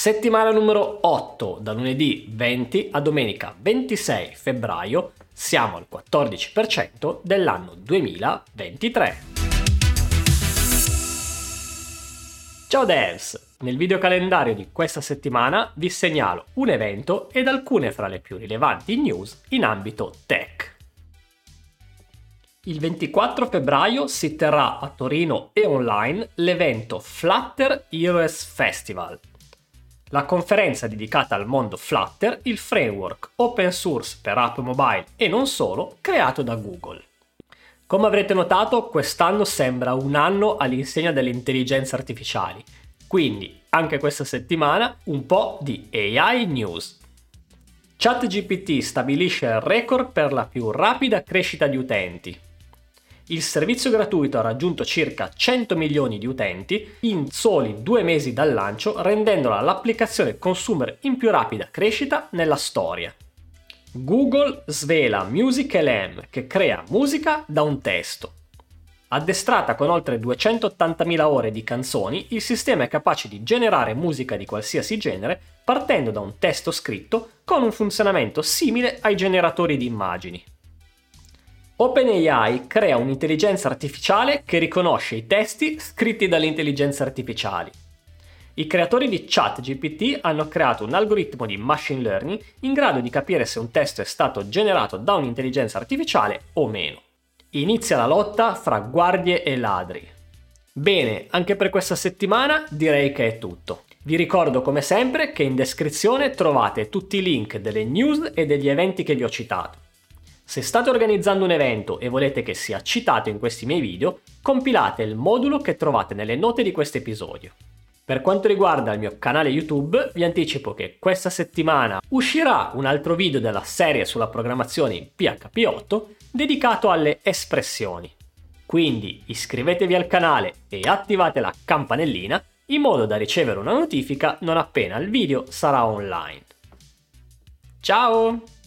Settimana numero 8, da lunedì 20 a domenica 26 febbraio, siamo al 14% dell'anno 2023. Ciao devs! Nel videocalendario di questa settimana vi segnalo un evento ed alcune fra le più rilevanti news in ambito tech. Il 24 febbraio si terrà a Torino e online l'evento Flutter iOS Festival. La conferenza dedicata al mondo Flutter, il framework open source per app mobile e non solo, creato da Google. Come avrete notato, quest'anno sembra un anno all'insegna delle intelligenze artificiali, quindi anche questa settimana un po' di AI news. ChatGPT stabilisce il record per la più rapida crescita di utenti. Il servizio gratuito ha raggiunto circa 100 milioni di utenti in soli 2 mesi dal lancio, rendendola l'applicazione consumer in più rapida crescita nella storia. Google svela Music LM, che crea musica da un testo. Addestrata con oltre 280.000 ore di canzoni, il sistema è capace di generare musica di qualsiasi genere partendo da un testo scritto con un funzionamento simile ai generatori di immagini. OpenAI crea un'intelligenza artificiale che riconosce i testi scritti dalle intelligenze artificiali. I creatori di ChatGPT hanno creato un algoritmo di machine learning in grado di capire se un testo è stato generato da un'intelligenza artificiale o meno. Inizia la lotta fra guardie e ladri. Bene, anche per questa settimana direi che è tutto. Vi ricordo come sempre che in descrizione trovate tutti i link delle news e degli eventi che vi ho citato. Se state organizzando un evento e volete che sia citato in questi miei video, compilate il modulo che trovate nelle note di questo episodio. Per quanto riguarda il mio canale YouTube, vi anticipo che questa settimana uscirà un altro video della serie sulla programmazione in PHP 8 dedicato alle espressioni. Quindi iscrivetevi al canale e attivate la campanellina in modo da ricevere una notifica non appena il video sarà online. Ciao!